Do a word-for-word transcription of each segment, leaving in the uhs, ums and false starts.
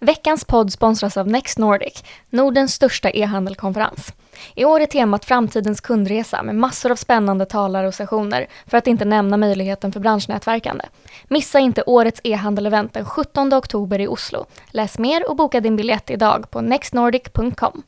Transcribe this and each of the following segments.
Veckans podd sponsras av Next Nordic, Nordens största e-handelkonferens. I år är temat framtidens kundresa med massor av spännande talare och sessioner, för att inte nämna möjligheten för branschnätverkande. Missa inte årets e-handel-event den sjuttonde oktober i Oslo. Läs mer och boka din biljett idag på next nordic punkt com.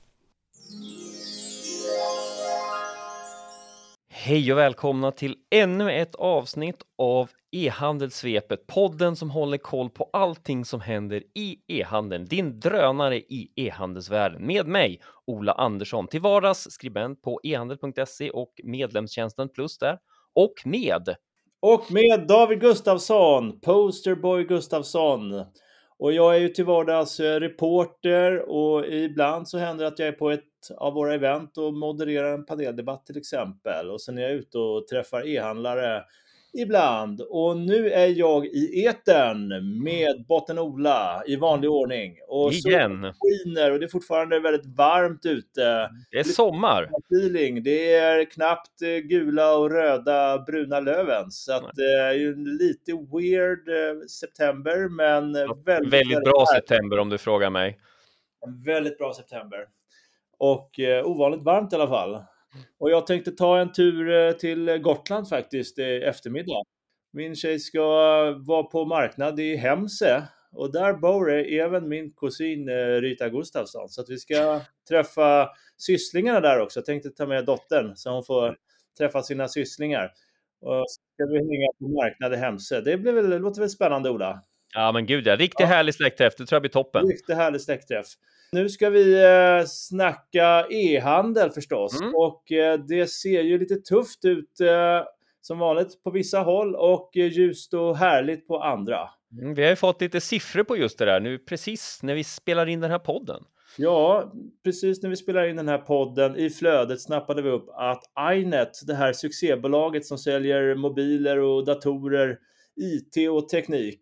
Hej och välkomna till ännu ett avsnitt av e-handelssvepet, podden som håller koll på allting som händer i e-handeln. Din drönare i e-handelsvärlden med mig, Ola Andersson, till vardags skribent på e-handel punkt se och medlemstjänsten Plus där. Och med... Och med David Gustafsson, Posterboy Gustafsson. Och jag är ju till vardags reporter och ibland så händer det att jag är på ett av våra event och modererar en paneldebatt till exempel. Och sen är jag ute och träffar e-handlare ibland. Och nu är jag i etern med botten Ola i vanlig ordning. Och Igen. skiner och det är fortfarande väldigt varmt ute. Det är sommar. Det är knappt gula och röda bruna löven. Så att det är ju lite weird september, men väldigt, väldigt, väldigt bra härligt. september om du frågar mig. Väldigt bra september. Och eh, ovanligt varmt i alla fall. Och jag tänkte ta en tur till Gotland faktiskt i eftermiddag. Min tjej ska vara på marknad i Hemse. Och där bor även min kusin Rita Gustafsson. Så att vi ska träffa sysslingarna där också. Jag tänkte ta med dottern så hon får träffa sina sysslingar. Och så ska vi hänga på marknad i Hemse. Det, blir väl, det låter väl spännande, Ola? Ja men gud, ja. Riktigt Ja. härlig släktträff. Det tror jag blir toppen. Riktigt härlig släktträff. Nu ska vi eh, snacka e-handel förstås. Mm. Och eh, det ser ju lite tufft ut eh, som vanligt på vissa håll och eh, ljust och härligt på andra. Mm, vi har ju fått lite siffror på just det där nu precis när vi spelar in den här podden. Ja, precis när vi spelar in den här podden i flödet snappade vi upp att iNet, det här succébolaget som säljer mobiler och datorer, I T och teknik,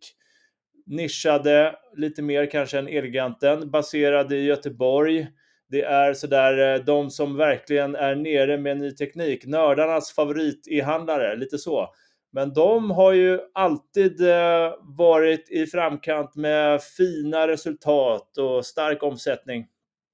nischade lite mer kanske än Elgiganten, baserade i Göteborg. Det är sådär de som verkligen är nere med ny teknik, nördarnas favorit e-handlare, lite så. Men de har ju alltid varit i framkant med fina resultat och stark omsättning.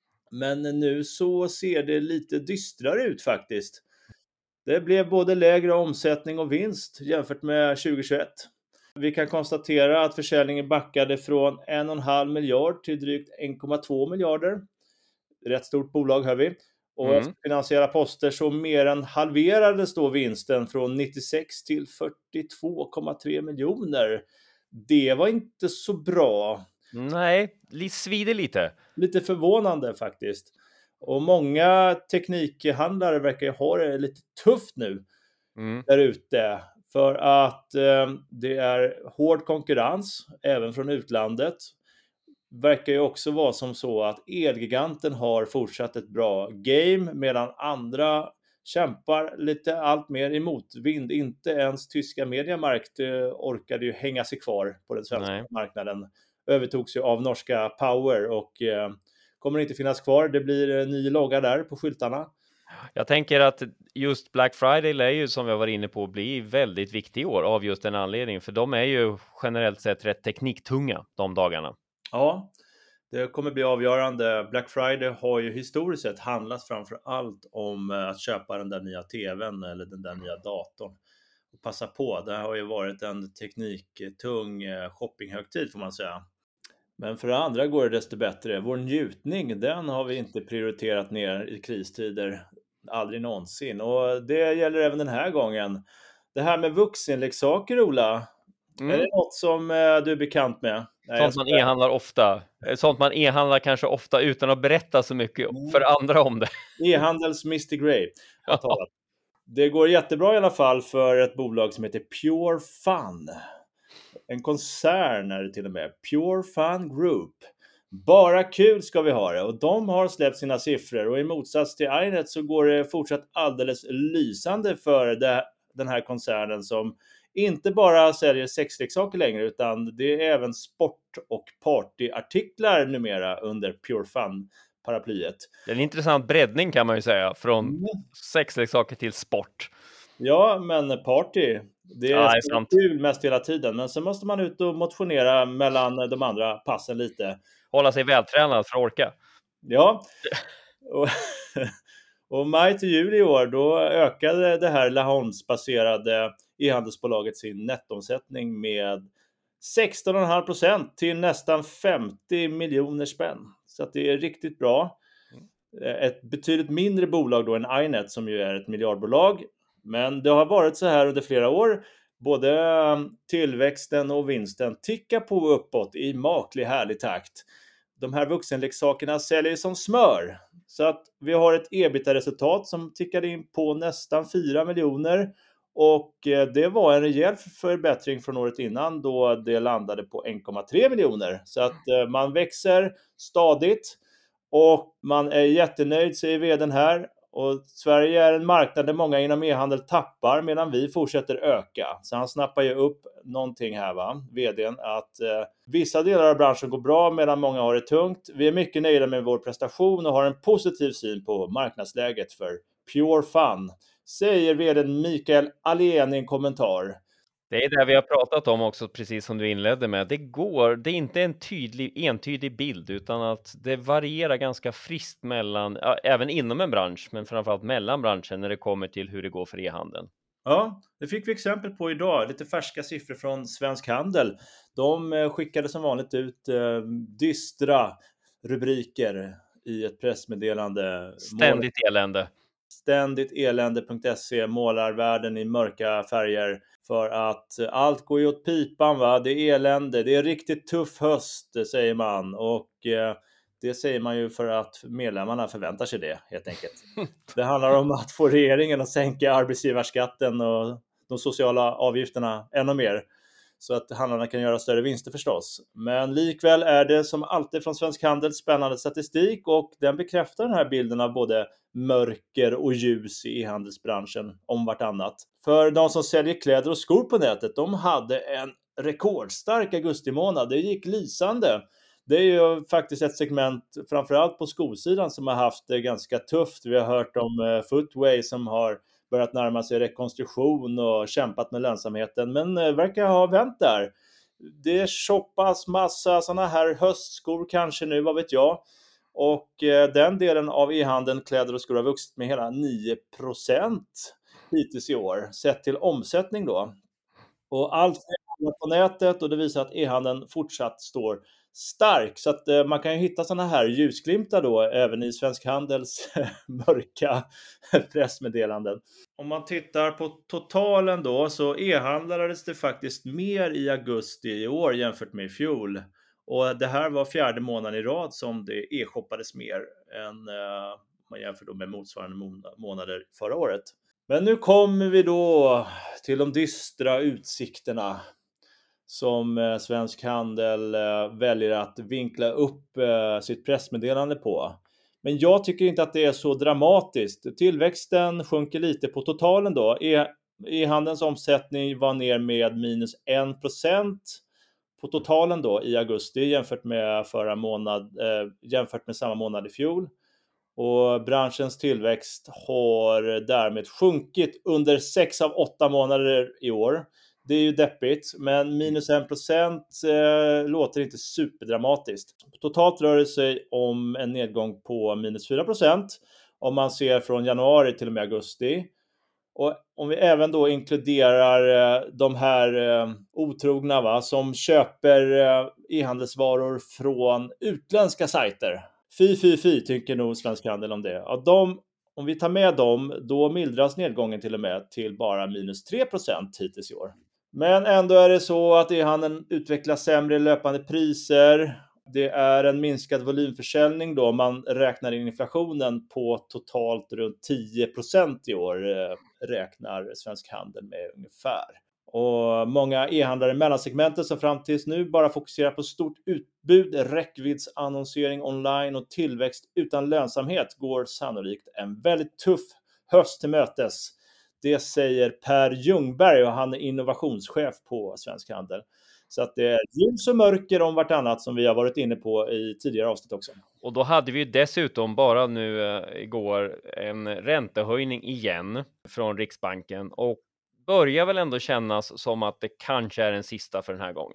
Men nu så ser det lite dystrare ut faktiskt. Det blev både lägre omsättning och vinst jämfört med tjugohundratjugoett. Vi kan konstatera att försäljningen backade från en komma fem miljard till drygt en komma två miljarder. Rätt stort bolag hör vi. Och Mm. finansiella poster så mer än halverades då vinsten från nittiosex till fyrtiotvå komma tre miljoner. Det var inte så bra. Nej, det svider lite. Lite förvånande faktiskt. Och många teknikhandlare verkar ju ha det lite tufft nu Mm. där ute. För att eh, det är hård konkurrens även från utlandet. Verkar ju också vara som så att Elgiganten har fortsatt ett bra game medan andra kämpar lite allt mer i motvind. Inte ens tyska Mediamarkt eh, orkade ju hänga sig kvar på den svenska Nej. marknaden. Övertogs ju av norska Power och eh, kommer inte finnas kvar. Det blir en ny logga där på skyltarna. Jag tänker att just Black Friday lär ju, som vi var inne på, bli väldigt viktig i år av just den anledningen. För de är ju generellt sett rätt tekniktunga de dagarna. Ja, det kommer bli avgörande. Black Friday har ju historiskt sett handlat framför allt om att köpa den där nya tvn eller den där nya datorn. Och passa på, det har ju varit en tekniktung shoppinghögtid får man säga. Men för det andra går det desto bättre. Vår njutning, den har vi inte prioriterat ner i kristider. Aldrig någonsin. Och det gäller även den här gången. Det här med vuxenleksaker, Ola. Mm. Är det något som eh, du är bekant med? Nej, Sånt man e-handlar ofta. Sånt man e-handlar kanske ofta utan att berätta så mycket Mm. för andra om det. E-handels mister Grey. har jag Ja. talat. Det går jättebra i alla fall för ett bolag som heter Pure Fun. En koncern är det till och med. Pure Fun Group. Bara kul ska vi ha det. Och de har släppt sina siffror. Och i motsats till iNet så går det fortsatt alldeles lysande för det, den här koncernen som inte bara säljer sexleksaker längre, utan det är även sport- och partyartiklar numera under Pure Fun-paraplyet. Det är en intressant breddning kan man ju säga. Från Mm. sexleksaker till sport. Ja, men party, det är, Ja, det är så sant. kul mest hela tiden. Men så måste man ut och motionera mellan de andra passen lite. hålla sig vältränad för att orka. Ja, och, och maj till juli i år då ökade det här Laholmsbaserade e-handelsbolaget sin nettoomsättning med sexton komma fem procent till nästan femtio miljoner spänn. Så att det är riktigt bra. Ett betydligt mindre bolag då än iNet som ju är ett miljardbolag. Men det har varit så här under flera år. Både tillväxten och vinsten tickar på uppåt i maklig härlig takt. De här vuxenleksakerna säljer som smör. Så att vi har ett ebitda-resultat som tickade in på nästan fyra miljoner. Och det var en rejäl förbättring från året innan då det landade på en komma tre miljoner. Så att man växer stadigt och man är jättenöjd, säger vdn här. Och Sverige är en marknad där många inom e-handel tappar medan vi fortsätter öka. Så han snappar ju upp någonting här, va, vdn, att eh, vissa delar av branschen går bra medan många har det tungt. Vi är mycket nöjda med vår prestation och har en positiv syn på marknadsläget för Pure Fun, säger vdn Mikael Allén i en kommentar. Det är det vi har pratat om också, precis som du inledde med. Det går, det är inte en tydlig, entydig bild, utan att det varierar ganska friskt mellan, ja, även inom en bransch, men framförallt mellan branschen när det kommer till hur det går för e-handeln. Ja, det fick vi exempel på idag. Lite färska siffror från Svensk Handel. De skickade som vanligt ut eh, dystra rubriker i ett pressmeddelande. Ständigt elände. Ständigt elände punkt se målar världen i mörka färger för att allt går ju åt pipan, va? Det är elände, det är riktigt tuff höst, säger man. Och eh, det säger man ju för att medlemmarna förväntar sig det, helt enkelt. Det handlar om att få regeringen att sänka arbetsgivarskatten och de sociala avgifterna ännu mer, så att handlarna kan göra större vinster förstås. Men likväl är det som alltid från Svensk Handel spännande statistik, och den bekräftar den här bilden av både mörker och ljus i e-handelsbranschen om vartannat. För de som säljer kläder och skor på nätet, de hade en rekordstark augusti månad. Det gick lysande. Det är ju faktiskt ett segment, framförallt på skosidan, som har haft det ganska tufft. Vi har hört om Footway som har börjat närma sig rekonstruktion och kämpat med lönsamheten, men verkar ha vänt där. Det shoppas massa sådana här höstskor kanske nu, vad vet jag. Och den delen av e-handeln, kläder och skor, har vuxit med hela nio procent hittills i år, sett till omsättning då. Och allt på nätet, och det visar att e-handeln fortsatt står stark. Så att eh, man kan ju hitta sådana här ljusglimtar då även i Svensk Handels mörka pressmeddelanden. Om man tittar på totalen då, så e-handlades det faktiskt mer i augusti i år jämfört med i fjol. Och det här var fjärde månaden i rad som det e-shoppades mer än eh, man jämför då med motsvarande månader förra året. Men nu kommer vi då till de dystra utsikterna som Svensk Handel väljer att vinkla upp sitt pressmeddelande på. Men jag tycker inte att det är så dramatiskt. Tillväxten sjunker lite på totalen då. E-handelns omsättning var ner med minus en procent på totalen då i augusti jämfört med förra månad, jämfört med samma månad i fjol. Och branschens tillväxt har därmed sjunkit under sex av åtta månader i år. Det är ju deppigt, men minus en procent eh, låter inte superdramatiskt. Totalt rör det sig om en nedgång på minus fyra procent om man ser från januari till och med augusti. Och om vi även då inkluderar eh, de här eh, otrogna, va, som köper eh, e-handelsvaror från utländska sajter. Fy, fy, fy tycker nog Svensk Handel om det. Ja, de, om vi tar med dem, då mildras nedgången till och med till bara minus tre procent hittills i år. Men ändå är det så att e-handeln utvecklar sämre löpande priser. Det är en minskad volymförsäljning då. Man räknar in inflationen på totalt runt tio procent i år, räknar Svensk Handel med ungefär. Och många e-handlare i mellansegmentet som fram tills nu bara fokuserar på stort utbud, räckviddsannonsering online och tillväxt utan lönsamhet går sannolikt en väldigt tuff höst till mötes. Det säger Per Ljungberg, och han är innovationschef på Svensk Handel. Så att det är ljus och mörker om vartannat, som vi har varit inne på i tidigare avsnitt också. Och då hade vi ju dessutom bara nu eh, igår en räntehöjning igen från Riksbanken, och börjar väl ändå kännas som att det kanske är den sista för den här gången.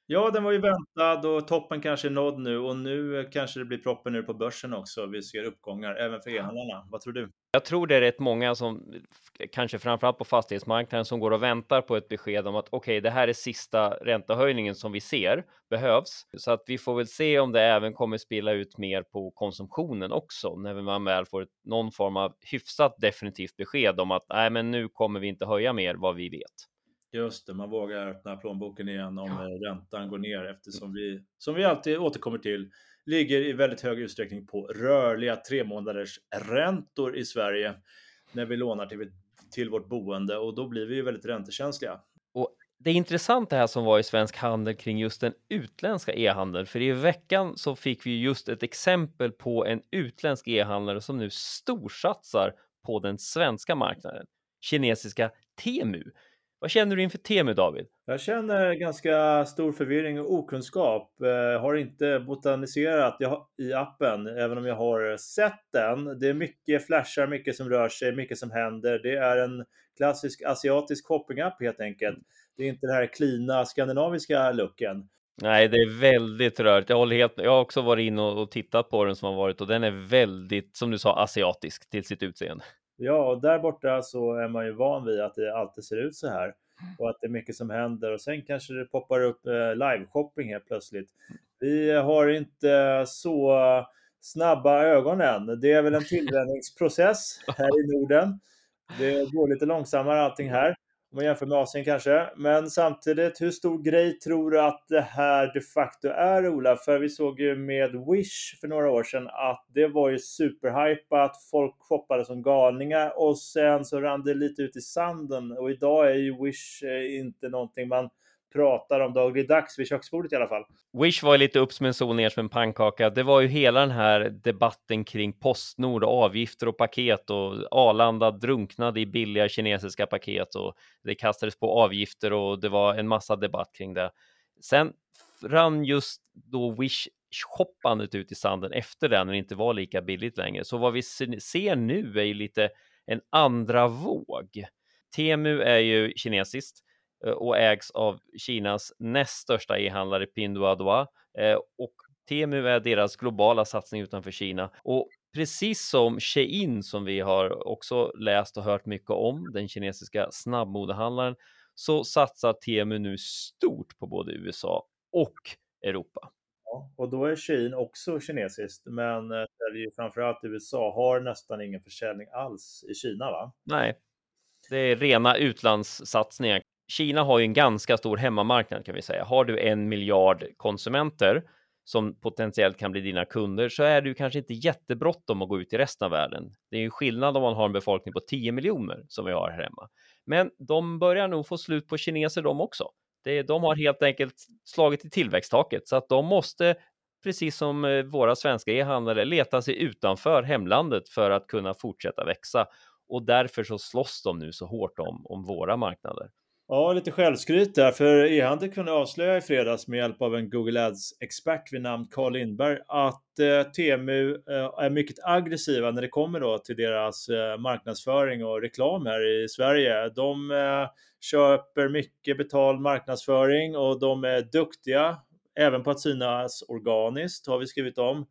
Ja, den var ju väntad och toppen kanske är nådd nu och nu kanske det blir proppen ur på börsen också. Vi ser uppgångar även för e-handlarna. Vad tror du? Jag tror det är rätt många som, kanske framförallt på fastighetsmarknaden, som går och väntar på ett besked om att okej, det här är sista räntehöjningen som vi ser behövs. Så att vi får väl se om det även kommer spilla ut mer på konsumtionen också, när man väl får ett, någon form av hyfsat definitivt besked om att nej, men nu kommer vi inte höja mer vad vi vet. Just det, man vågar öppna plånboken igen om ja. räntan går ner eftersom vi, som vi alltid återkommer till, ligger i väldigt hög utsträckning på rörliga tre månaders räntor i Sverige när vi lånar till, till vårt boende och då blir vi ju väldigt räntekänsliga. Och det är intressant det här som var i Svensk Handel kring just den utländska e-handeln, för i veckan så fick vi just ett exempel på en utländsk e-handlare som nu storsatsar på den svenska marknaden, kinesiska Temu. Vad känner du inför Temu, David? Jag känner ganska stor förvirring och okunskap. Jag har inte botaniserat i appen, även om jag har sett den. Det är mycket flashar, mycket som rör sig, mycket som händer. Det är en klassisk asiatisk shoppingapp helt enkelt. Det är inte den här klina skandinaviska looken. Nej, det är väldigt rörigt. Jag håller helt, jag har också varit in och, och tittat på den som har varit och den är väldigt, som du sa, asiatisk till sitt utseende. Ja, och där borta så är man ju van vid att det alltid ser ut så här och att det är mycket som händer och sen kanske det poppar upp eh, live-shopping helt plötsligt. Vi har inte så snabba ögon än. Det är väl en tillvänjningsprocess här i Norden. Det går lite långsammare allting här om man jämför med Asien kanske. Men samtidigt, hur stor grej tror du att det här de facto är, Ola? För vi såg ju med Wish för några år sedan att det var ju superhypat. Folk shoppade som galningar och sen så rann det lite ut i sanden. Och idag är ju Wish inte någonting man pratar om dagligdags vid köksbordet i alla fall. Wish var lite upp som en sol, ner som en pannkaka. Det var ju hela den här debatten kring Postnord och avgifter och paket och Arlanda drunknade i billiga kinesiska paket och det kastades på avgifter och det var en massa debatt kring det. Sen rann just då Wish shoppandet ut i sanden efter den när det inte var lika billigt längre. Så vad vi ser nu är ju lite en andra våg. Temu är ju kinesiskt och ägs av Kinas näst största e-handlare Pinduoduo, och Temu är deras globala satsning utanför Kina. Och precis som Shein, som vi har också läst och hört mycket om, den kinesiska snabbmodehandlaren, så satsar Temu nu stort på både U S A och Europa. Ja, och då är Shein också kinesiskt, men det är ju framförallt U S A har nästan ingen försäljning alls i Kina, va? Nej, det är rena utlandssatsningar. Kina har ju en ganska stor hemmamarknad kan vi säga. Har du en miljard konsumenter som potentiellt kan bli dina kunder så är du kanske inte jättebråttom att gå ut i resten av världen. Det är ju skillnad om man har en befolkning på tio miljoner som vi har här hemma. Men de börjar nog få slut på kineser de också. Det, de har helt enkelt slagit i tillväxttaket så att de måste, precis som våra svenska e-handlare, leta sig utanför hemlandet för att kunna fortsätta växa. Och därför så slåss de nu så hårt om, om våra marknader. Ja, lite självskryt där, för e-handel kunde avslöja i fredags med hjälp av en Google Ads-expert vid namn Carl Lindberg att eh, Temu eh, är mycket aggressiva när det kommer då till deras eh, marknadsföring och reklam här i Sverige. De eh, köper mycket betald marknadsföring och de är duktiga även på att synas organiskt, har vi skrivit om.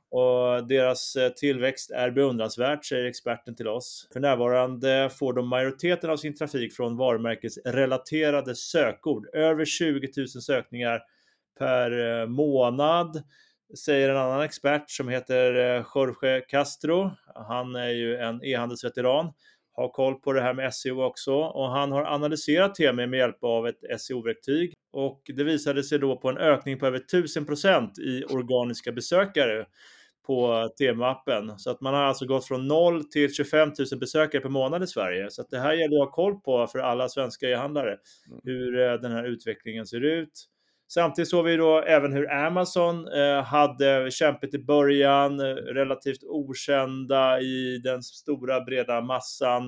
Och deras tillväxt är beundransvärt, säger experten till oss. För närvarande får de majoriteten av sin trafik från varumärkesrelaterade sökord. Över tjugo tusen sökningar per månad, säger en annan expert som heter Jorge Castro. Han är ju en e-handelsveteran, har koll på det här med S E O också. Och han har analyserat Temu med hjälp av ett S E O-verktyg. Och det visade sig då på en ökning på över tusen procent i organiska besökare på Temu-appen. Så att man har alltså gått från noll till tjugofem tusen besökare per månad i Sverige. Så att det här gäller att ha koll på för alla svenska e-handlare, hur den här utvecklingen ser ut. Samtidigt såg vi då även hur Amazon eh, hade kämpat i början, relativt okända i den stora breda massan.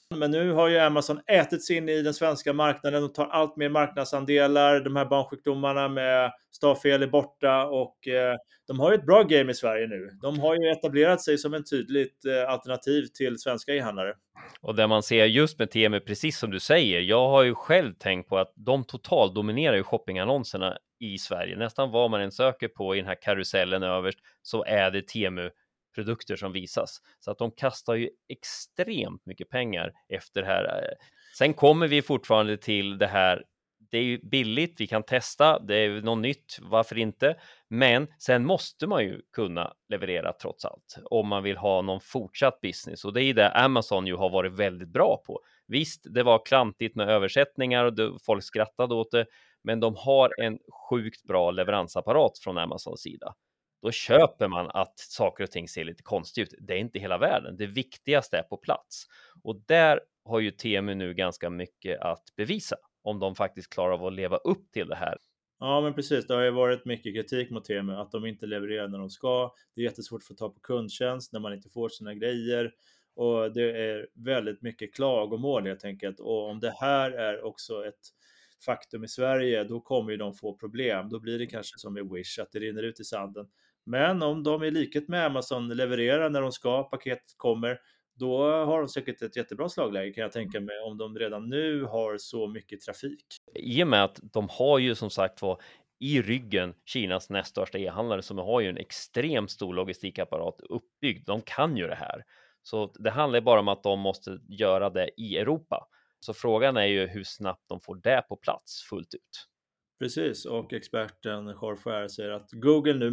Men nu har ju Amazon ätit sig in i den svenska marknaden och tar allt mer marknadsandelar. De här barnsjukdomarna med stavfel är borta och eh, de har ju ett bra game i Sverige nu. De har ju etablerat sig som en tydligt eh, alternativ till svenska e-handlare. Och där man ser just med Temu, precis som du säger, jag har ju själv tänkt på att de totalt dominerar ju shoppingannonserna i Sverige. Nästan vad man än söker på i den här karusellen överst så är det Temu produkter som visas. Så att de kastar ju extremt mycket pengar efter det här. Sen kommer vi fortfarande till det här. Det är ju billigt, vi kan testa, det är något nytt, varför inte? Men sen måste man ju kunna leverera trots allt om man vill ha någon fortsatt business, och det är det Amazon ju har varit väldigt bra på. Visst, det var klantigt med översättningar och folk skrattade åt det, men de har en sjukt bra leveransapparat från Amazons sida. Då köper man att saker och ting ser lite konstigt ut. Det är inte hela världen. Det viktigaste är på plats. Och där har ju Temu nu ganska mycket att bevisa om de faktiskt klarar av att leva upp till det här. Ja, men precis. Det har ju varit mycket kritik mot Temu att de inte levererar när de ska. Det är jättesvårt att få ta på kundtjänst när man inte får sina grejer. Och det är väldigt mycket klagomål helt enkelt. Och om det här är också ett faktum i Sverige, då kommer ju de få problem. Då blir det kanske som i Wish, att det rinner ut i sanden. Men om de i likhet med Amazon levererar när de ska, paketet kommer, då har de säkert ett jättebra slagläge, kan jag tänka mig, om de redan nu har så mycket trafik. I och med att de har ju som sagt var i ryggen Kinas näst största e-handlare som har ju en extremt stor logistikapparat uppbyggd. De kan ju det här. Så det handlar bara om att de måste göra det i Europa. Så frågan är ju hur snabbt de får det på plats fullt ut. Precis, och experten Jorge säger att Google nu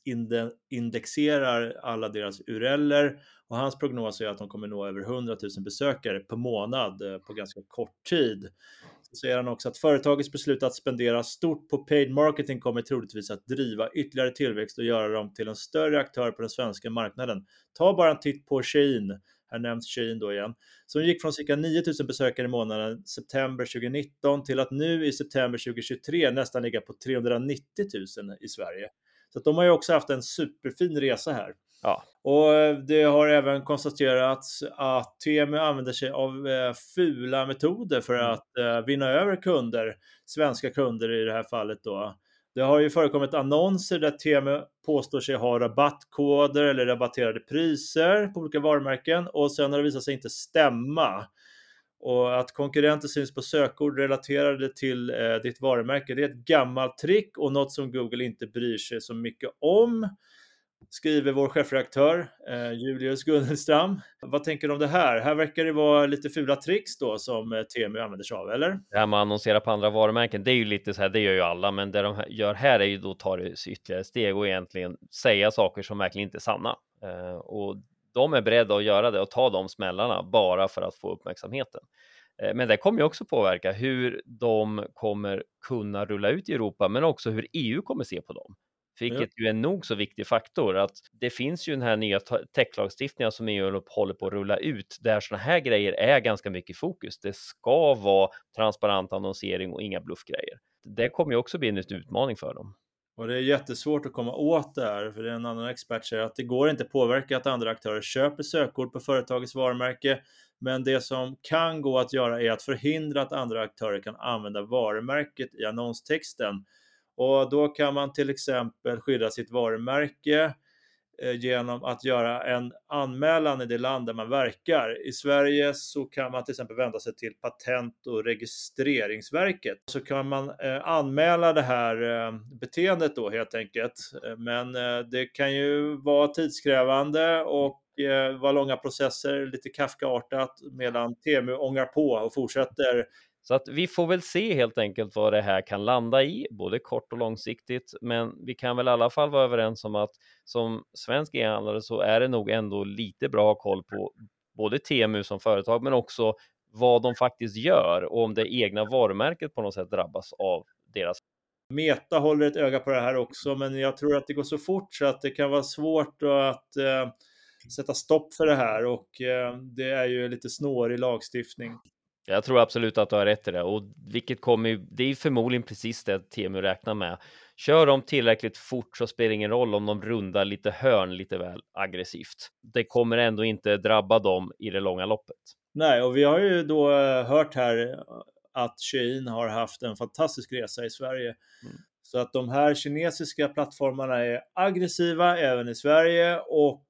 maxindexerar alla deras U R L-er och hans prognos är att de kommer nå över hundra tusen besökare per månad på ganska kort tid. Så säger han också att företagets beslut att spendera stort på paid marketing kommer troligtvis att driva ytterligare tillväxt och göra dem till en större aktör på den svenska marknaden. Ta bara en titt på Shein. Här nämns Shein då igen, som gick från cirka nio tusen besökare i månaden september tjugonitton till att nu i september tjugohundratjugotre nästan ligga på trehundranittio tusen i Sverige. Så att de har ju också haft en superfin resa här. Ja. Och det har även konstaterats att Temu använder sig av eh, fula metoder för att eh, vinna över kunder, svenska kunder i det här fallet då. Det har ju förekommit annonser där Temu påstår sig ha rabattkoder eller rabatterade priser på olika varumärken och sen har det visat sig inte stämma. Och att konkurrenter syns på sökord relaterade till eh, ditt varumärke, det är ett gammalt trick och något som Google inte bryr sig så mycket om, skriver vår chefredaktör eh, Julius Gunnelstam. Vad tänker du om det här? Här verkar det vara lite fula tricks då som eh, Temu använder sig av, eller? Det här med att annonsera på andra varumärken, det är ju lite så här, det gör ju alla, men det de gör här är ju då ta det ytterligare steg och egentligen säga saker som verkligen inte är sanna. Eh, och de är beredda att göra det och ta de smällarna bara för att få uppmärksamheten. Eh, men det kommer ju också påverka hur de kommer kunna rulla ut i Europa, men också hur E U kommer se på dem. Vilket ju är en nog så viktig faktor, att det finns ju den här nya techlagstiftningen som E U håller på att rulla ut, där såna här grejer är ganska mycket fokus. Det ska vara transparent annonsering och inga bluffgrejer. Det kommer ju också bli en utmaning för dem. Och det är jättesvårt att komma åt det här, för det är en annan expert säger att det går inte påverka att andra aktörer köper sökord på företagets varumärke, men det som kan gå att göra är att förhindra att andra aktörer kan använda varumärket i annonstexten. Och då kan man till exempel skydda sitt varumärke eh, genom att göra en anmälan i det land där man verkar. I Sverige så kan man till exempel vända sig till Patent- och registreringsverket. Så kan man eh, anmäla det här eh, beteendet då helt enkelt. Men eh, det kan ju vara tidskrävande och eh, vara långa processer, lite Kafka-artat, medan Temu ångar på och fortsätter. Så att vi får väl se helt enkelt vad det här kan landa i, både kort och långsiktigt. Men vi kan väl i alla fall vara överens om att som svensk e-handlare så är det nog ändå lite bra koll på både Temu som företag, men också vad de faktiskt gör och om det egna varumärket på något sätt drabbas av deras. Meta håller ett öga på det här också, men jag tror att det går så fort så att det kan vara svårt att eh, sätta stopp för det här, och eh, det är ju lite snårig lagstiftning. Jag tror absolut att du har rätt i det, och vilket kommer, det är förmodligen precis det Temu räknar med. Kör de tillräckligt fort så spelar det ingen roll om de rundar lite hörn lite väl aggressivt. Det kommer ändå inte drabba dem i det långa loppet. Nej, och vi har ju då hört här att Shein har haft en fantastisk resa i Sverige. Mm. Så att de här kinesiska plattformarna är aggressiva även i Sverige och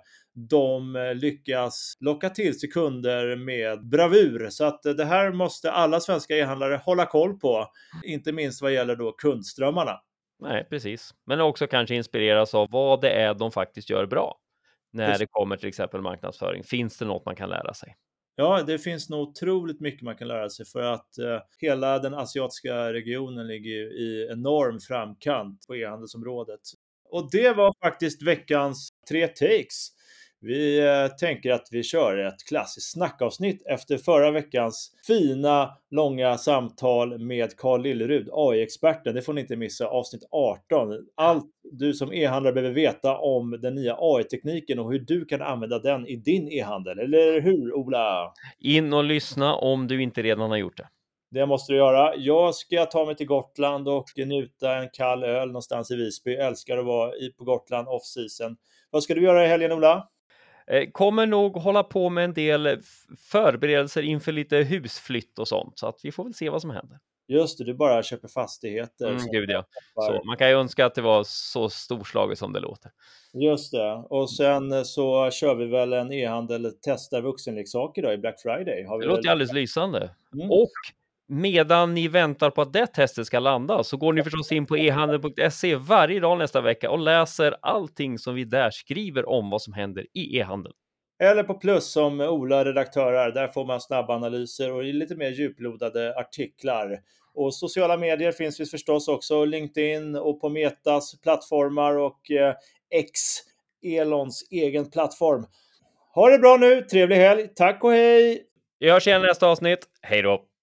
de lyckas locka till sig kunder med bravur. Så att det här måste alla svenska e-handlare hålla koll på, inte minst vad gäller då kundströmmarna. Nej, precis. Men också kanske inspireras av vad det är de faktiskt gör bra. När Precis. det kommer till exempel marknadsföring. Finns det något man kan lära sig? Ja, det finns nog otroligt mycket man kan lära sig för att eh, hela den asiatiska regionen ligger ju i enorm framkant på e-handelsområdet. Och det var faktiskt veckans tre takes. Vi eh, tänker att vi kör ett klassiskt snackavsnitt efter förra veckans fina, långa samtal med Carl Lillerud, A I-experten. Det får ni inte missa, avsnitt arton. Allt du som e-handlare behöver veta om den nya A I-tekniken och hur du kan använda den i din e-handel. Eller hur, Ola? In och lyssna om du inte redan har gjort det. Det måste du göra. Jag ska ta mig till Gotland och njuta en kall öl någonstans i Visby. Jag älskar att vara på Gotland off-season. Vad ska du göra i helgen, Ola? Kommer nog hålla på med en del förberedelser inför lite husflytt och sånt. Så att vi får väl se vad som händer. Just det, du bara köper fastigheter. Mm, gud ja. Så man kan ju önska att det var så storslaget som det låter. Just det. Och sen så kör vi väl en e-handel, testar vuxenleksaker då i Black Friday. Har vi det låter väl... alldeles lysande. Mm. Och medan ni väntar på att det testet ska landa så går ni förstås in på e handel punkt se varje dag nästa vecka och läser allting som vi där skriver om vad som händer i e-handel. Eller på Plus som Ola redaktörer, där får man snabba analyser och lite mer djuplodade artiklar. Och sociala medier finns vi förstås också, LinkedIn och på Metas plattformar och eh, X, Elons egen plattform. Ha det bra nu, trevlig helg, tack och hej! Vi hörs igen nästa avsnitt, hej då!